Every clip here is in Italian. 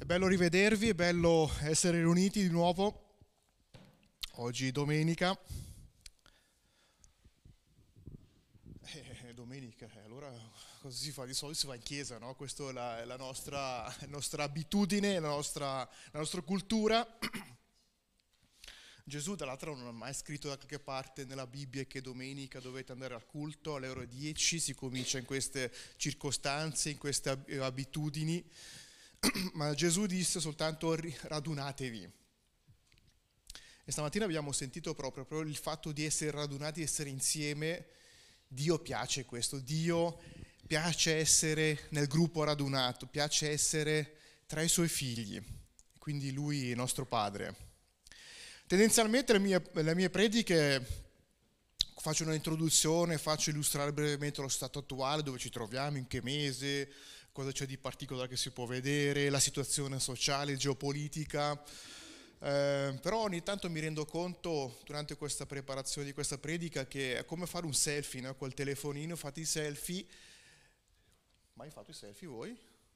bello rivedervi, è bello essere riuniti di nuovo. Oggi domenica. Domenica, allora cosa si fa? Di solito si va in chiesa, no? Questa è la nostra abitudine, la nostra cultura. Gesù, dall'altro, non ha mai scritto da qualche parte nella Bibbia che domenica dovete andare al culto alle ore 10, si comincia in queste circostanze, in queste abitudini, ma Gesù disse soltanto radunatevi. E stamattina abbiamo sentito proprio il fatto di essere radunati, essere insieme. Dio piace questo, Dio piace essere nel gruppo radunato, piace essere tra i suoi figli, quindi Lui è il nostro Padre. Tendenzialmente le mie prediche faccio un'introduzione, faccio illustrare brevemente lo stato attuale, dove ci troviamo, in che mese, cosa c'è di particolare che si può vedere, la situazione sociale, geopolitica. Però ogni tanto mi rendo conto durante questa preparazione di questa predica che è come fare un selfie, no? Col telefonino fate i selfie. Mai fatto i selfie voi?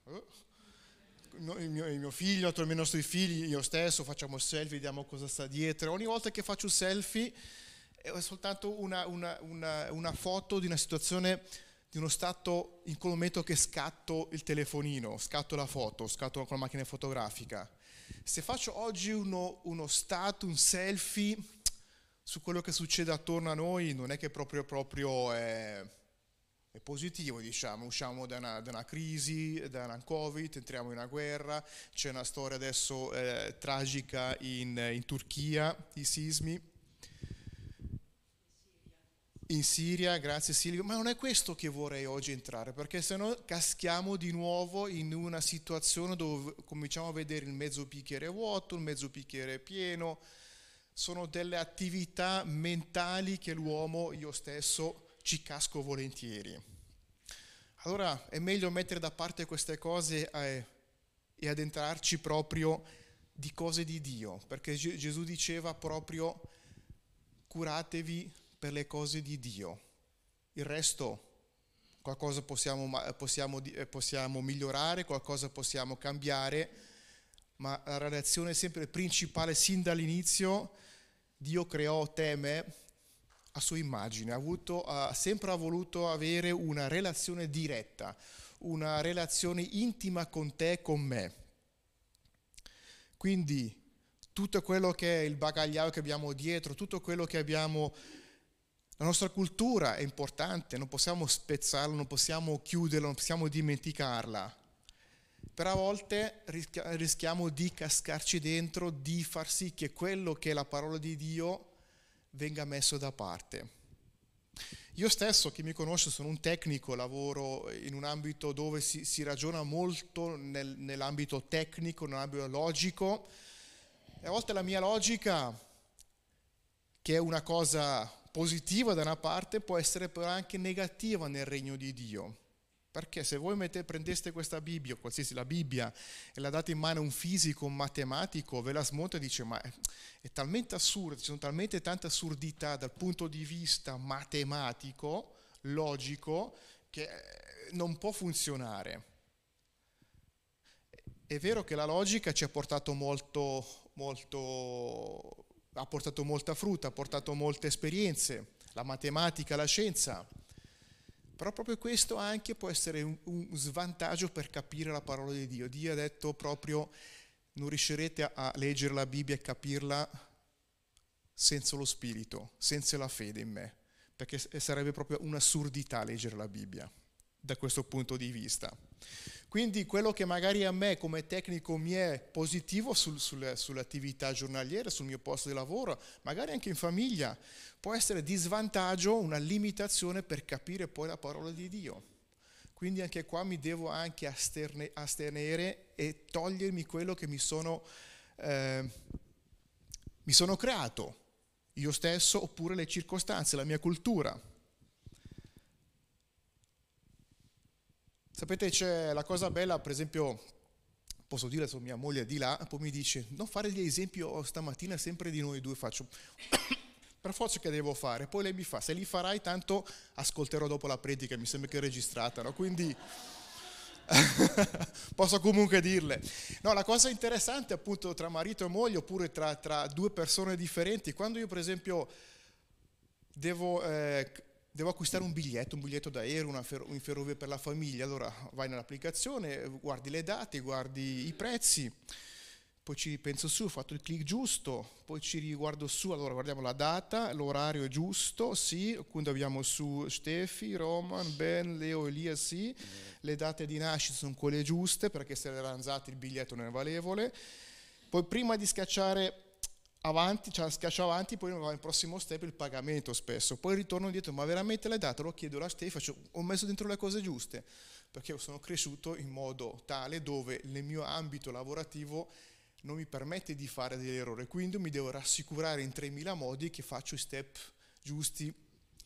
Il mio figlio, i nostri figli, io stesso facciamo selfie, vediamo cosa sta dietro. Ogni volta che faccio un selfie è soltanto una foto di una situazione, di uno stato in quel momento che scatto il telefonino, scatto la foto, scatto con la macchina fotografica. Se faccio oggi uno stato, un selfie su quello che succede attorno a noi, non è che proprio è positivo, diciamo. Usciamo da una crisi, da una Covid, entriamo in una guerra, c'è una storia adesso tragica in Turchia, i sismi. In Siria, grazie Silvio, ma non è questo che vorrei oggi entrare, perché sennò caschiamo di nuovo in una situazione dove cominciamo a vedere il mezzo bicchiere vuoto, il mezzo bicchiere pieno. Sono delle attività mentali che l'uomo, io stesso, ci casco volentieri. Allora è meglio mettere da parte queste cose e addentrarci proprio di cose di Dio, perché Gesù diceva proprio curatevi per le cose di Dio. Il resto, qualcosa possiamo migliorare, qualcosa possiamo cambiare, ma la relazione sempre principale, sin dall'inizio, Dio creò te e me a sua immagine, ha sempre voluto avere una relazione diretta, una relazione intima con te e con me. Quindi tutto quello che è il bagagliaio che abbiamo dietro, tutto quello che abbiamo. La nostra cultura è importante, non possiamo spezzarla, non possiamo chiuderla, non possiamo dimenticarla. Però a volte rischiamo di cascarci dentro, di far sì che quello che è la parola di Dio venga messo da parte. Io stesso, chi mi conosce, sono un tecnico, lavoro in un ambito dove si ragiona molto nell'ambito tecnico, nell'ambito logico, e a volte la mia logica, che è una cosa positiva da una parte, può essere però anche negativa nel regno di Dio. Perché se voi prendeste questa Bibbia, qualsiasi la Bibbia, e la date in mano a un fisico, un matematico, ve la smonta e dice ma è talmente assurdo, ci sono talmente tante assurdità dal punto di vista matematico, logico, che non può funzionare. È vero che la logica ci ha portato ha portato molta frutta, ha portato molte esperienze, la matematica, la scienza, però proprio questo anche può essere un svantaggio per capire la parola di Dio. Dio ha detto proprio non riuscirete a leggere la Bibbia e capirla senza lo spirito, senza la fede in me, perché sarebbe proprio un'assurdità leggere la Bibbia da questo punto di vista. Quindi quello che magari a me come tecnico mi è positivo sulle attività giornaliere, sul mio posto di lavoro, magari anche in famiglia, può essere di svantaggio, una limitazione per capire poi la parola di Dio. Quindi anche qua mi devo anche astenere e togliermi quello che mi sono creato, io stesso, oppure le circostanze, la mia cultura. Sapete, c'è la cosa bella, per esempio, posso dire su mia moglie di là, poi mi dice non fare gli esempi stamattina sempre di noi due, faccio per forza che devo fare, poi lei mi fa, se li farai tanto ascolterò dopo la predica, mi sembra che è registrata, no? Quindi Posso comunque dirle. No, la cosa interessante appunto tra marito e moglie, oppure tra due persone differenti, quando io per esempio devo acquistare un biglietto d'aereo, un ferrovia per la famiglia, allora vai nell'applicazione, guardi le date, guardi i prezzi, poi ci penso su, ho fatto il click giusto, poi ci riguardo su, allora guardiamo la data, l'orario è giusto, sì, quindi abbiamo su Steffi, Roman, Ben, Leo, Elia, sì, le date di nascita sono quelle giuste perché se le ranzate il biglietto non è valevole, poi prima di schiacciare avanti, cioè schiaccio avanti, poi va il prossimo step il pagamento spesso, poi ritorno indietro, ma veramente le date? Lo chiedo alla Steffi, ho messo dentro le cose giuste, perché io sono cresciuto in modo tale dove nel mio ambito lavorativo non mi permette di fare degli errori, quindi mi devo rassicurare in 3000 modi che faccio i step giusti.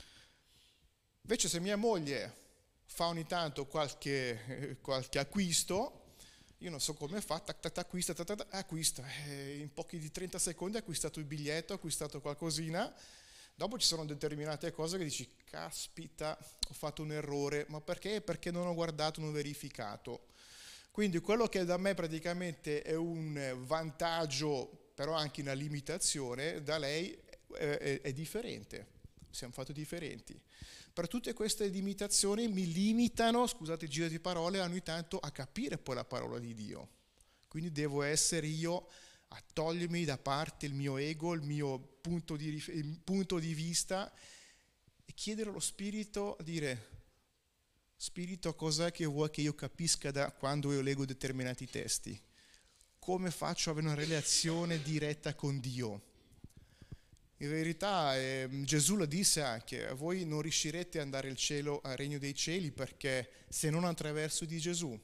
Invece se mia moglie fa ogni tanto qualche acquisto, io non so come fa, acquista, in pochi di 30 secondi ha acquistato il biglietto, ha acquistato qualcosina, dopo ci sono determinate cose che dici, caspita, ho fatto un errore, ma perché? Perché non ho guardato, non ho verificato. Quindi quello che da me praticamente è un vantaggio, però anche una limitazione, da lei è differente, siamo fatti differenti. Per tutte queste limitazioni mi limitano, scusate il giro di parole, ogni tanto a capire poi la parola di Dio. Quindi devo essere io a togliermi da parte il mio ego, il mio punto di vista e chiedere allo Spirito, dire Spirito, cos'è che vuoi che io capisca da quando io leggo determinati testi? Come faccio ad avere una relazione diretta con Dio? In verità Gesù lo disse anche, voi non riuscirete ad andare al cielo, al regno dei cieli, perché se non attraverso di Gesù.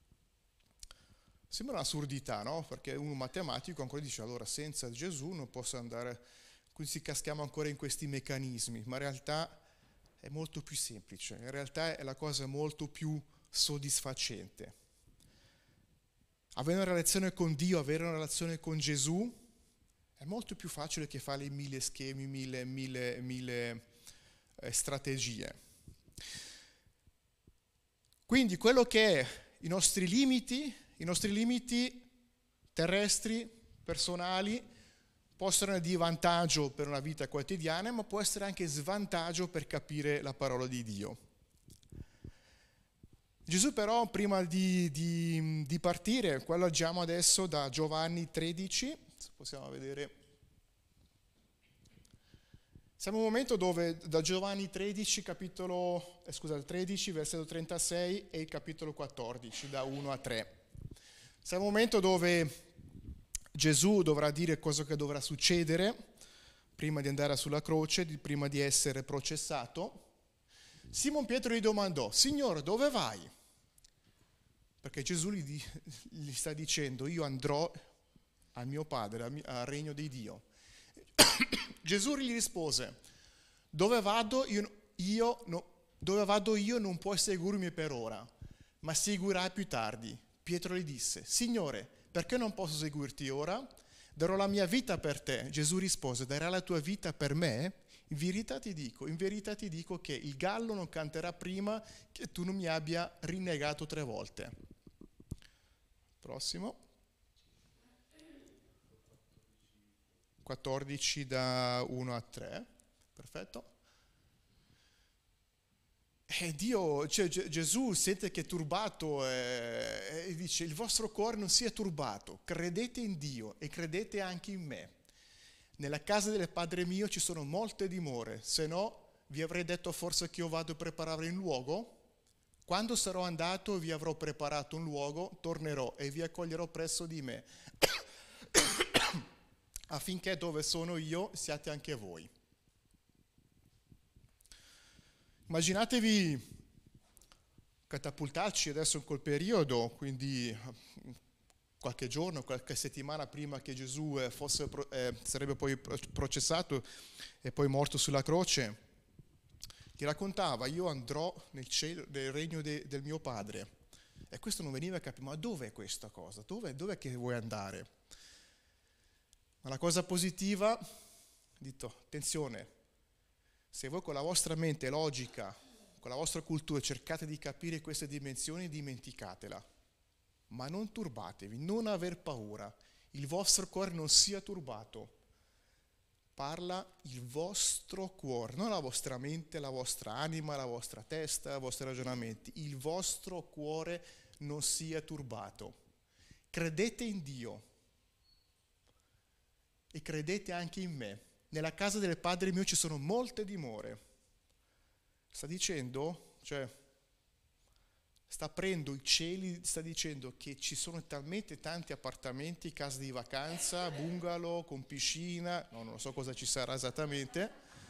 Sembra un'assurdità, no? Perché un matematico ancora dice, allora senza Gesù non posso andare, quindi si caschiamo ancora in questi meccanismi, ma in realtà è molto più semplice, in realtà è la cosa molto più soddisfacente. Avere una relazione con Dio, avere una relazione con Gesù, è molto più facile che fare 1000 schemi, mille strategie. Quindi quello che è i nostri limiti terrestri, personali, possono essere di vantaggio per una vita quotidiana, ma può essere anche svantaggio per capire la parola di Dio. Gesù però, prima di partire, qua leggiamo adesso da Giovanni 13, possiamo vedere. Siamo in un momento dove da Giovanni 13, 13, versetto 36 e il capitolo 14, da 1 a 3. Siamo in un momento dove Gesù dovrà dire cosa che dovrà succedere prima di andare sulla croce, prima di essere processato. Simon Pietro gli domandò, Signore, dove vai? Perché Gesù gli sta dicendo, io andrò al mio Padre, al regno di Dio. Gesù gli rispose, dove vado io non puoi seguirmi per ora, ma seguirai più tardi. Pietro gli disse, Signore, perché non posso seguirti ora? Darò la mia vita per te. Gesù rispose, darai la tua vita per me? In verità ti dico che il gallo non canterà prima che tu non mi abbia rinnegato 3 volte. Prossimo. 14 da 1 a 3. Perfetto. E Gesù sente che è turbato e dice, il vostro cuore non sia turbato, credete in Dio e credete anche in me. Nella casa del Padre mio ci sono molte dimore, se no vi avrei detto forse che io vado a preparare un luogo? Quando sarò andato e vi avrò preparato un luogo, tornerò e vi accoglierò presso di me, affinché dove sono io siate anche voi. Immaginatevi catapultarci adesso in quel periodo, quindi qualche giorno, qualche settimana prima che Gesù sarebbe poi processato e poi morto sulla croce. Ti raccontava, io andrò nel cielo, nel regno del mio Padre. E questo non veniva a capire, ma dov'è questa cosa? Dov'è che vuoi andare? Ma la cosa positiva, ho detto, attenzione, se voi con la vostra mente logica con la vostra cultura cercate di capire queste dimensioni, dimenticatela. Ma non turbatevi, non aver paura, il vostro cuore non sia turbato. Parla il vostro cuore, non la vostra mente, la vostra anima, la vostra testa, i vostri ragionamenti. Il vostro cuore non sia turbato. Credete in Dio e credete anche in me. Nella casa del Padre mio ci sono molte dimore. Sta dicendo, sta aprendo i cieli, sta dicendo che ci sono talmente tanti appartamenti, case di vacanza, bungalow con piscina, no, non so cosa ci sarà esattamente.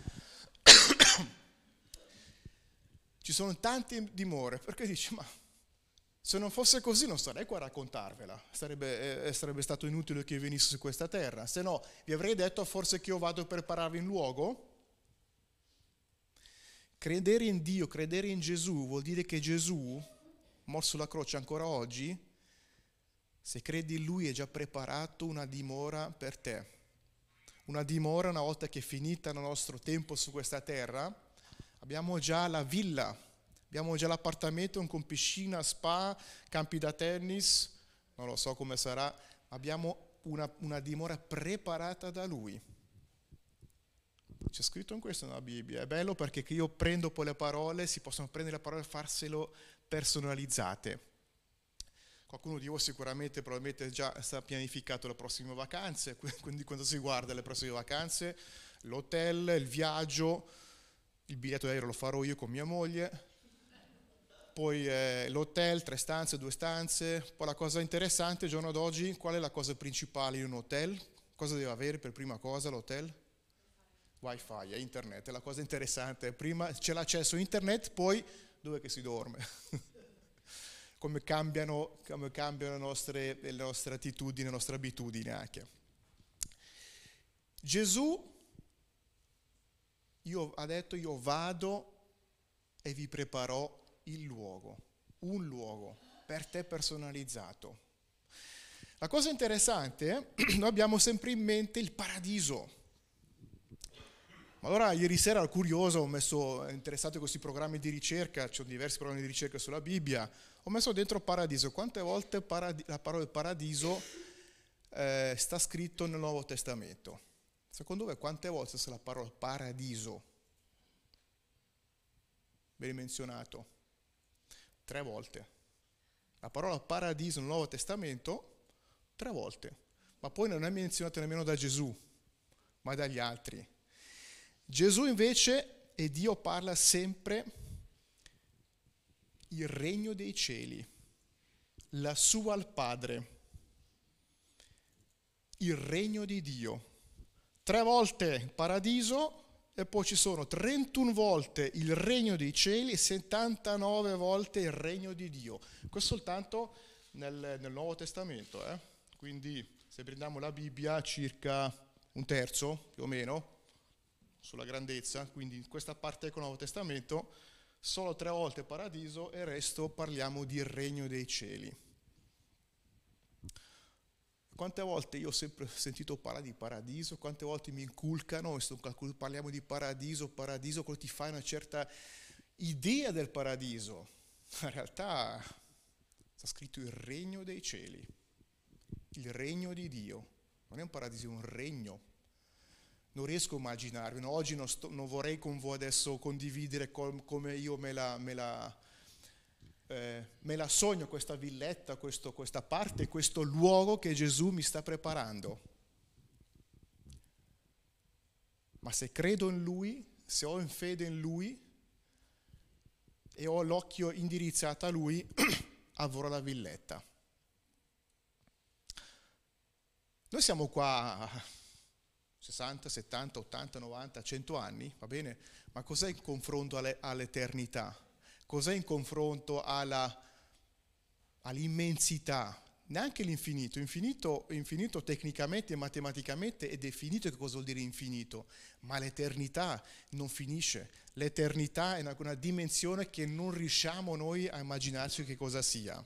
Ci sono tante dimore, perché dice, ma se non fosse così non sarei qua a raccontarvela, sarebbe stato inutile che io venissi su questa terra, se no vi avrei detto forse che io vado a prepararvi un luogo. Credere in Dio, credere in Gesù vuol dire che Gesù, morto sulla croce ancora oggi, se credi in Lui è già preparato una dimora per te. Una dimora una volta che è finita il nostro tempo su questa terra, abbiamo già la villa, abbiamo già l'appartamento con piscina, spa, campi da tennis, non lo so come sarà, ma abbiamo una dimora preparata da Lui. C'è scritto in questo nella Bibbia, è bello perché io prendo poi le parole, si possono prendere le parole e farselo personalizzate. Qualcuno di voi sicuramente probabilmente già sta pianificato le prossime vacanze, quindi quando si guarda le prossime vacanze, l'hotel, il viaggio, il biglietto d'aereo lo farò io con mia moglie, poi l'hotel, 3 stanze, 2 stanze, poi la cosa interessante, il giorno d'oggi, qual è la cosa principale in un hotel? Cosa deve avere per prima cosa l'hotel? Wi-Fi, internet, è la cosa interessante. Prima c'è l'accesso a internet, poi dove che si dorme? come cambiano le nostre attitudini, le nostre abitudini anche. Gesù ha detto io vado e vi preparò il luogo, un luogo per te personalizzato. La cosa interessante, noi abbiamo sempre in mente il paradiso. Allora ieri sera ero curioso, interessato a questi programmi di ricerca, ci sono diversi programmi di ricerca sulla Bibbia, ho messo dentro paradiso. Quante volte la parola paradiso sta scritto nel Nuovo Testamento? Secondo voi quante volte sta la parola paradiso? Ben menzionato? 3 volte. La parola paradiso nel Nuovo Testamento 3 volte, ma poi non è menzionata nemmeno da Gesù, ma dagli altri. Gesù invece e Dio parla sempre il regno dei cieli, lassù al Padre, il regno di Dio. 3 volte il paradiso e poi ci sono 31 volte il regno dei cieli e 79 volte il regno di Dio. Questo soltanto nel Nuovo Testamento. Quindi se prendiamo la Bibbia circa 1/3 più o meno, sulla grandezza, quindi in questa parte del Nuovo Testamento solo 3 volte paradiso e il resto parliamo di regno dei cieli. Quante volte io ho sempre sentito parlare di paradiso, quante volte mi inculcano, parliamo di paradiso, quello ti fa una certa idea del paradiso. In realtà sta scritto il regno dei cieli, il regno di Dio, non è un paradiso, è un regno. Non riesco a immaginarvi, oggi non vorrei con voi adesso condividere come io me la sogno questa villetta, questa parte, questo luogo che Gesù mi sta preparando. Ma se credo in Lui, se ho in fede in Lui e ho l'occhio indirizzato a Lui, avrò la villetta. Noi siamo qua 60, 70, 80, 90, 100 anni, va bene? Ma cos'è in confronto all'eternità? Cos'è in confronto all'immensità? Neanche l'infinito. Infinito tecnicamente e matematicamente è definito che cosa vuol dire infinito, ma l'eternità non finisce. L'eternità è una dimensione che non riusciamo noi a immaginarci che cosa sia.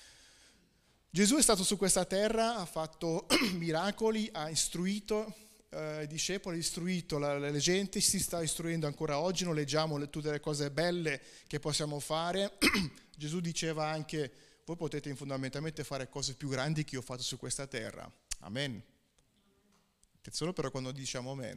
Gesù è stato su questa terra, ha fatto miracoli, ha istruito discepoli, ha istruito le gente, si sta istruendo ancora oggi, non leggiamo tutte le cose belle che possiamo fare. Gesù diceva anche, voi potete fondamentalmente fare cose più grandi che io ho fatto su questa terra. Amen. Attenzione però quando diciamo amen.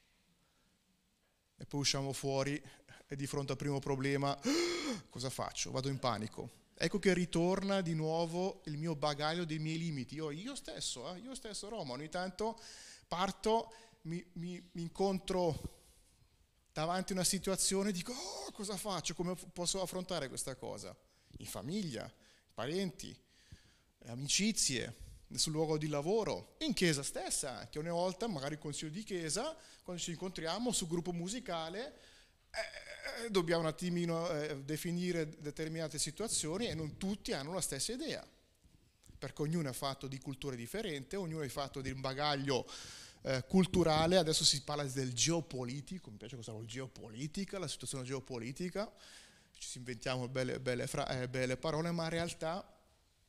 E poi usciamo fuori e di fronte al primo problema, cosa faccio? Vado in panico. Ecco che ritorna di nuovo il mio bagaglio dei miei limiti. Io stesso Roma, ogni tanto parto, mi incontro davanti a una situazione e dico, cosa faccio? Come posso affrontare questa cosa? In famiglia, parenti, amicizie, sul luogo di lavoro, in chiesa stessa, anche una volta, magari consiglio di chiesa, quando ci incontriamo sul gruppo musicale, dobbiamo un attimino definire determinate situazioni e non tutti hanno la stessa idea, perché ognuno è fatto di culture differenti, ognuno è fatto di un bagaglio culturale. Adesso si parla del geopolitico, mi piace questa parola, geopolitica, la situazione geopolitica, ci inventiamo belle parole, ma in realtà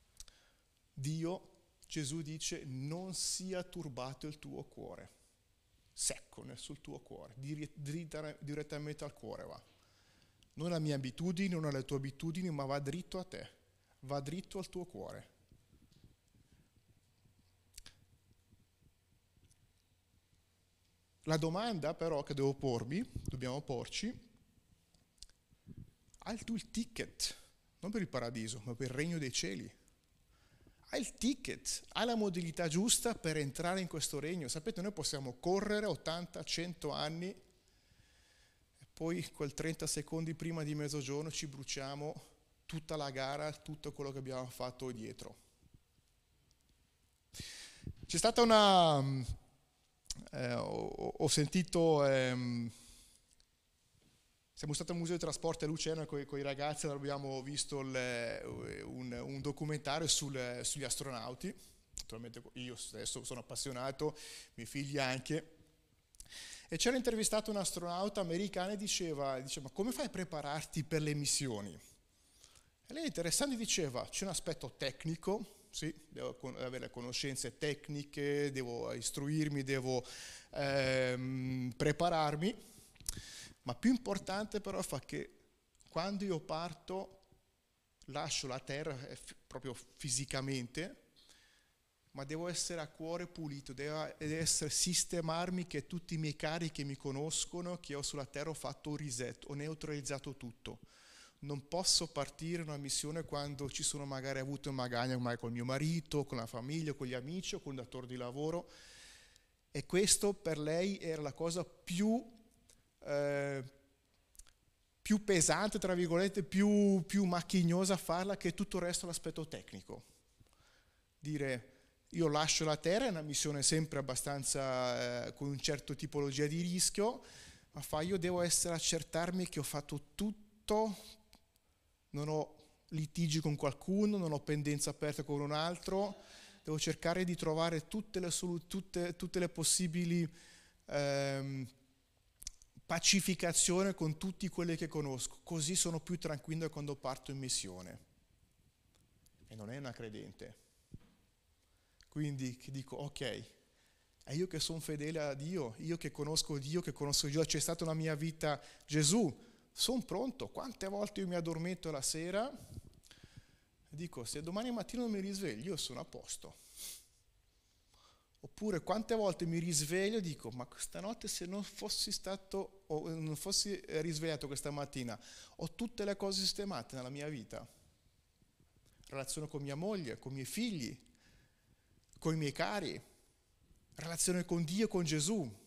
Gesù dice, non sia turbato il tuo cuore, secco sul tuo cuore, direttamente al cuore va. Non la mia abitudine, non le tue abitudini, ma va dritto a te, va dritto al tuo cuore. La domanda però che dobbiamo porci, hai tu il ticket, non per il paradiso, ma per il regno dei cieli. Hai il ticket, hai la modalità giusta per entrare in questo regno. Sapete, noi possiamo correre 80, 100 anni e poi quel 30 secondi prima di mezzogiorno ci bruciamo tutta la gara, tutto quello che abbiamo fatto dietro. C'è stata ho sentito, siamo stati al Museo dei Trasporti a Lucena con i ragazzi, abbiamo visto un documentario sugli astronauti. Naturalmente io stesso sono appassionato, i miei figli anche. E c'era intervistato un astronauta americano e diceva, ma come fai a prepararti per le missioni? E lei interessante diceva, c'è un aspetto tecnico, sì, devo avere le conoscenze tecniche, devo istruirmi, devo prepararmi, ma più importante però fa che quando io parto lascio la terra proprio fisicamente, ma devo essere a cuore pulito, devo sistemarmi che tutti i miei cari che mi conoscono, che io sulla terra ho fatto un reset, ho neutralizzato tutto. Non posso partire in una missione quando ci sono magari avuto magari con il mio marito, con la famiglia, con gli amici o con il datore di lavoro. E questo per lei era la cosa più pesante, tra virgolette, più macchinosa a farla che tutto il resto l'aspetto tecnico. Dire io lascio la terra è una missione sempre abbastanza con un certo tipologia di rischio, ma io devo accertarmi che ho fatto tutto. Non ho litigi con qualcuno, non ho pendenze aperte con un altro, devo cercare di trovare tutte le possibili pacificazioni con tutti quelli che conosco, così sono più tranquillo quando parto in missione. E non è una credente. Quindi dico, ok, è io che sono fedele a Dio, io che conosco Dio, c'è stata nella mia vita Gesù, sono pronto. Quante volte io mi addormento la sera e dico, se domani mattina non mi risveglio, io sono a posto. Oppure quante volte mi risveglio e dico, ma stanotte se non fossi stato, o non fossi risvegliato questa mattina, ho tutte le cose sistemate nella mia vita. Relazione con mia moglie, con i miei figli, con i miei cari, relazione con Dio e con Gesù.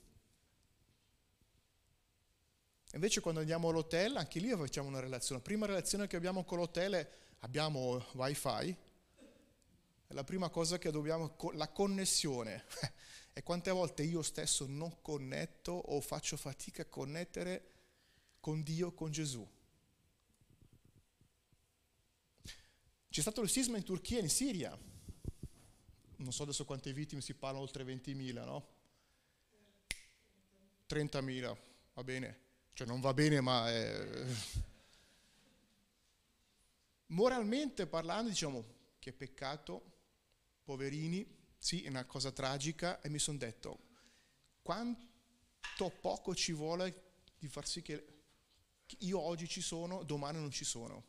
Invece quando andiamo all'hotel, anche lì facciamo una relazione. La prima relazione che abbiamo con l'hotel è abbiamo wifi, è la prima cosa che dobbiamo, la connessione. E quante volte io stesso non connetto o faccio fatica a connettere con Dio, con Gesù. C'è stato il sisma in Turchia e in Siria. Non so adesso quante vittime, si parla oltre 20.000, no? 30.000, va bene. Cioè non va bene, ma moralmente parlando diciamo che peccato, poverini, sì, è una cosa tragica, e mi sono detto quanto poco ci vuole di far sì che io oggi ci sono, domani non ci sono.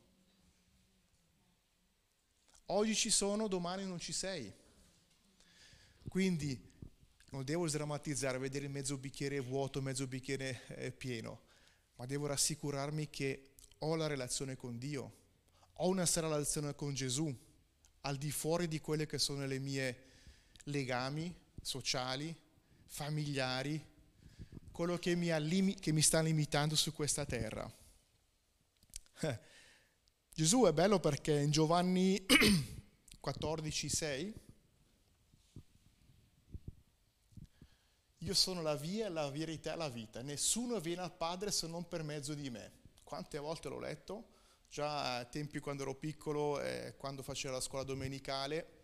Oggi ci sono, domani non ci sei. Quindi non devo sdrammatizzare, vedere mezzo bicchiere vuoto, mezzo bicchiere pieno, ma devo rassicurarmi che ho la relazione con Dio, ho una relazione con Gesù, al di fuori di quelle che sono le mie legami sociali, familiari, quello che mi sta limitando su questa terra. Gesù è bello perché in Giovanni 14,6 io sono la via, la verità e la vita. Nessuno viene al Padre se non per mezzo di me. Quante volte l'ho letto? Già a tempi quando ero piccolo, quando facevo la scuola domenicale.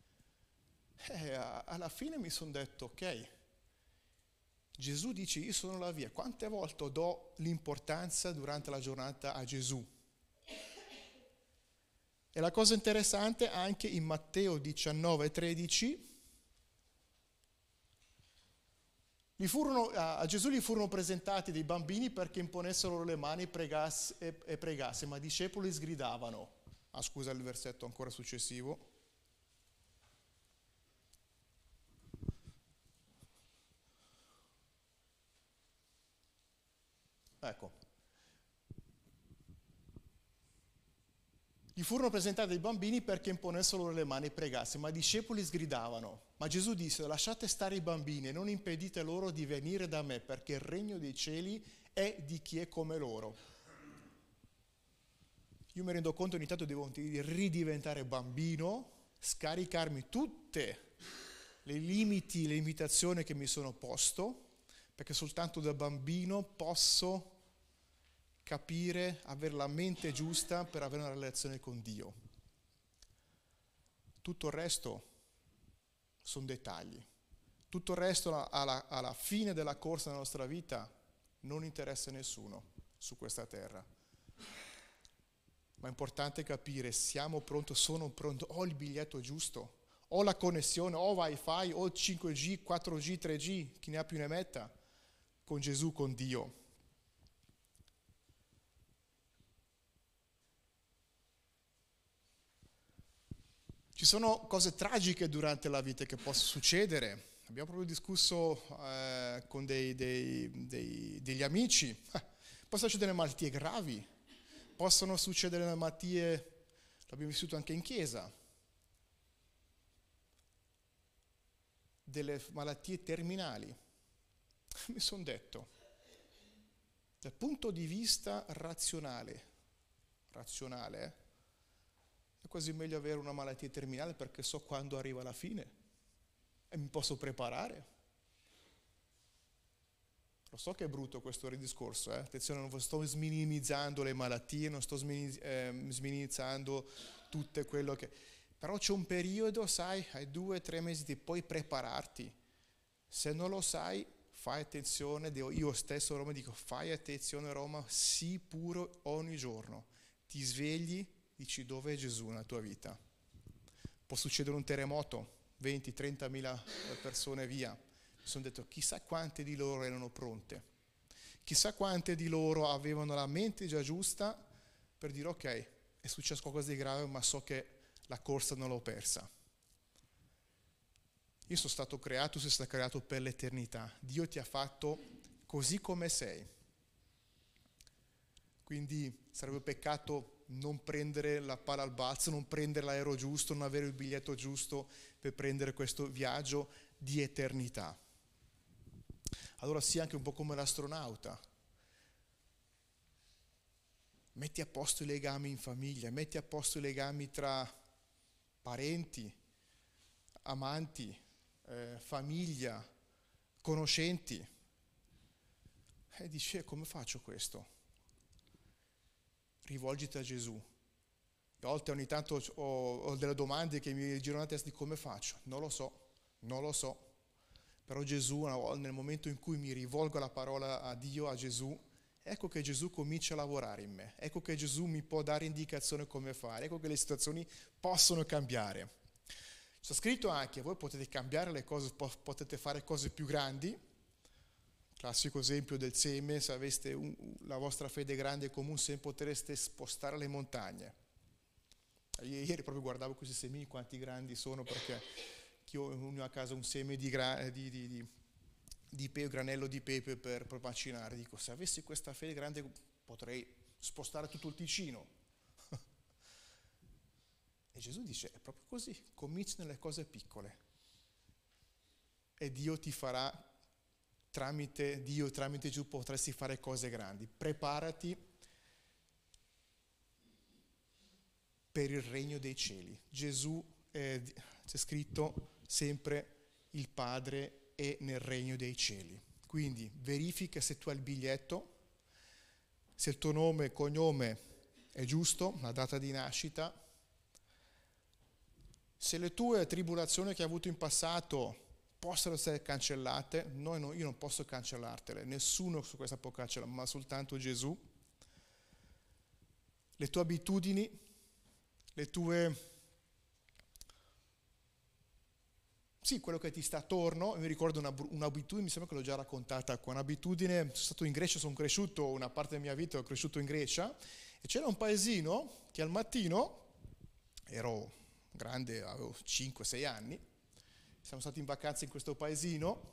Alla fine mi sono detto, ok, Gesù dice io sono la via. Quante volte do l'importanza durante la giornata a Gesù? E la cosa interessante anche in Matteo 19,13 a Gesù gli furono presentati dei bambini perché imponessero loro le mani e pregasse, ma i discepoli sgridavano. Scusa il versetto ancora successivo. Ecco. Gli furono presentati dei bambini perché imponessero loro le mani e pregasse, ma i discepoli sgridavano. Ma Gesù disse, lasciate stare i bambini e non impedite loro di venire da me, perché il regno dei cieli è di chi è come loro. Io mi rendo conto ogni tanto devo ridiventare bambino, scaricarmi tutte le limiti, le limitazioni che mi sono posto, perché soltanto da bambino posso capire, avere la mente giusta per avere una relazione con Dio. Tutto il resto sono dettagli. Tutto il resto alla fine della corsa della nostra vita non interessa a nessuno su questa terra. Ma è importante capire, siamo pronti, sono pronto, ho il biglietto giusto, ho la connessione, ho wifi, ho 5G, 4G, 3G, chi ne ha più ne metta, con Gesù, con Dio. Ci sono cose tragiche durante la vita che possono succedere. Abbiamo proprio discusso con degli amici. Possono succedere malattie gravi, possono succedere malattie, l'abbiamo vissuto anche in chiesa, delle malattie terminali. Mi sono detto, dal punto di vista razionale, è quasi meglio avere una malattia terminale perché so quando arriva la fine e mi posso preparare. Lo so che è brutto questo discorso, attenzione, non sto minimizzando le malattie, non sto minimizzando tutto quello che... Però c'è un periodo, sai, hai 2 o 3 mesi di puoi prepararti. Se non lo sai, fai attenzione, io stesso a Roma dico, fai attenzione Roma, sii puro ogni giorno. Ti svegli, dici dove è Gesù nella tua vita. Può succedere un terremoto, 20-30 mila persone via. Mi sono detto chissà quante di loro erano pronte, chissà quante di loro avevano la mente già giusta per dire ok, è successo qualcosa di grave ma so che la corsa non l'ho persa. Io sono stato creato, sei stato creato per l'eternità. Dio ti ha fatto così come sei. Quindi sarebbe peccato non prendere la palla al balzo, non prendere l'aereo giusto, non avere il biglietto giusto per prendere questo viaggio di eternità. Allora sia anche un po' come l'astronauta. Metti a posto i legami in famiglia, metti a posto i legami tra parenti, amanti, famiglia, conoscenti. E dici, come faccio questo? Rivolgiti a Gesù. A volte ogni tanto ho delle domande che mi girano la testa di come faccio. Non lo so. Però Gesù, nel momento in cui mi rivolgo la parola a Dio, a Gesù, ecco che Gesù comincia a lavorare in me. Ecco che Gesù mi può dare indicazione come fare. Ecco che le situazioni possono cambiare. C'è scritto anche, voi potete cambiare le cose, potete fare cose più grandi, Classico esempio del seme: se aveste la vostra fede grande come un seme, potreste spostare le montagne. Ieri proprio guardavo questi semini, quanti grandi sono, perché io ho a casa un seme di granello di pepe per macinare. Dico, se avessi questa fede grande potrei spostare tutto il Ticino. E Gesù dice, è proprio così, cominci nelle cose piccole e Dio ti farà, tramite Gesù potresti fare cose grandi. Preparati per il regno dei cieli. Gesù, c'è scritto sempre, il Padre è nel regno dei cieli. Quindi verifica se tu hai il biglietto, se il tuo nome e cognome è giusto, la data di nascita, se le tue tribolazioni che hai avuto in passato possono essere cancellate. Io non posso cancellartele, nessuno su questa può cancellare, ma soltanto Gesù. Le tue abitudini, le tue... Sì, quello che ti sta attorno. Mi ricordo un'abitudine, mi sembra che l'ho già raccontata qua, un'abitudine, sono stato in Grecia, sono cresciuto, una parte della mia vita ho cresciuto in Grecia, e c'era un paesino che al mattino, ero grande, avevo 5-6 anni, siamo stati in vacanza in questo paesino,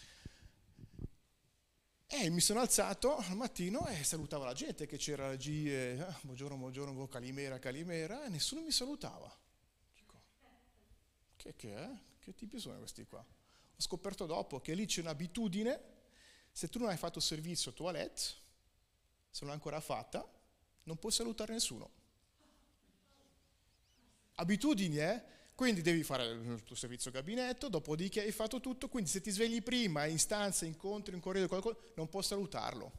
e mi sono alzato al mattino e salutavo la gente che c'era lì, buongiorno, Calimera, e nessuno mi salutava. Dico, che è? Che tipi sono questi qua? Ho scoperto dopo che lì c'è un'abitudine: se tu non hai fatto servizio toilette, se non l'hai ancora fatta, non puoi salutare nessuno. Abitudini, Quindi devi fare il tuo servizio gabinetto, dopodiché hai fatto tutto, quindi se ti svegli prima, in stanza, incontri, in corridoio, qualcosa, non puoi salutarlo.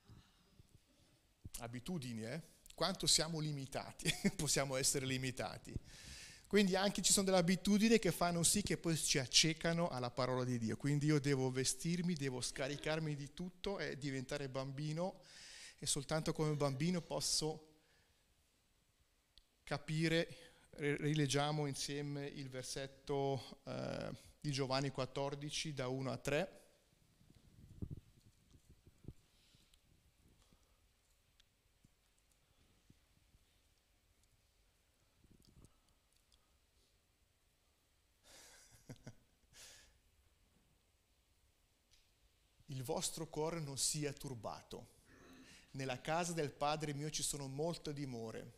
Abitudini, Quanto siamo limitati, possiamo essere limitati. Quindi anche ci sono delle abitudini che fanno sì che poi ci accecano alla parola di Dio. Quindi io devo vestirmi, devo scaricarmi di tutto e diventare bambino, e soltanto come bambino posso capire. Rileggiamo insieme il versetto di Giovanni 14 da 1 a 3. Il vostro cuore non sia turbato. Nella casa del Padre mio ci sono molte dimore.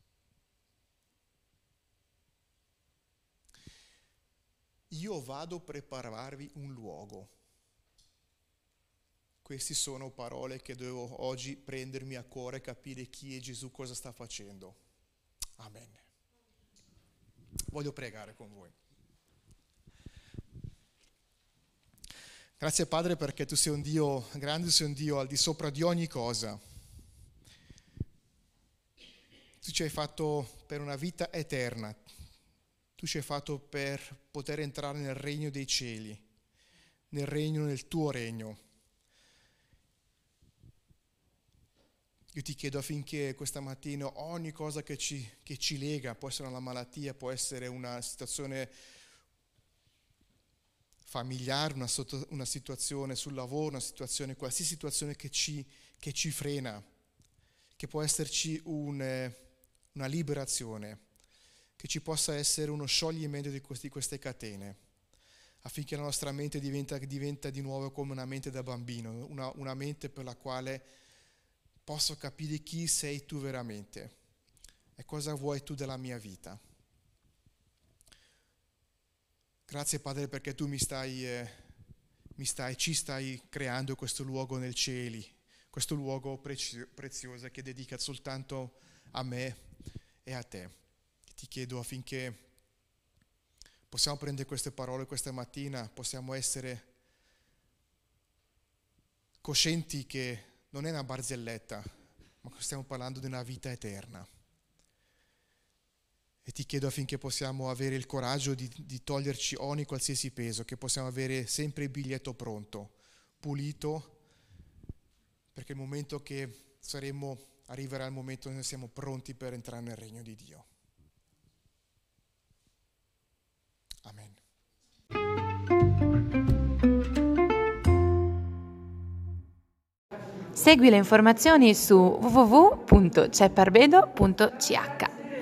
Io vado a prepararvi un luogo. Queste sono parole che devo oggi prendermi a cuore e capire chi è Gesù, cosa sta facendo. Amen. Voglio pregare con voi. Grazie Padre, perché tu sei un Dio grande, sei un Dio al di sopra di ogni cosa. Tu ci hai fatto per una vita eterna. Tu ci hai fatto per poter entrare nel regno dei cieli, nel tuo regno. Io ti chiedo affinché questa mattina ogni cosa che ci lega, può essere una malattia, può essere una situazione familiare, una situazione sul lavoro, qualsiasi situazione che ci frena, che può esserci una liberazione, che ci possa essere uno scioglimento di queste catene, affinché la nostra mente diventa di nuovo come una mente da bambino, una mente per la quale posso capire chi sei tu veramente e cosa vuoi tu della mia vita. Grazie Padre, perché tu ci stai creando questo luogo nel cieli, questo luogo prezioso che dedica soltanto a me e a te. Ti chiedo affinché possiamo prendere queste parole questa mattina, possiamo essere coscienti che non è una barzelletta, ma stiamo parlando di una vita eterna. E ti chiedo affinché possiamo avere il coraggio di toglierci ogni qualsiasi peso, che possiamo avere sempre il biglietto pronto, pulito, perché il momento che arriverà il momento in cui siamo pronti per entrare nel regno di Dio. Amen. Segui le informazioni su www.cepparbedo.ch.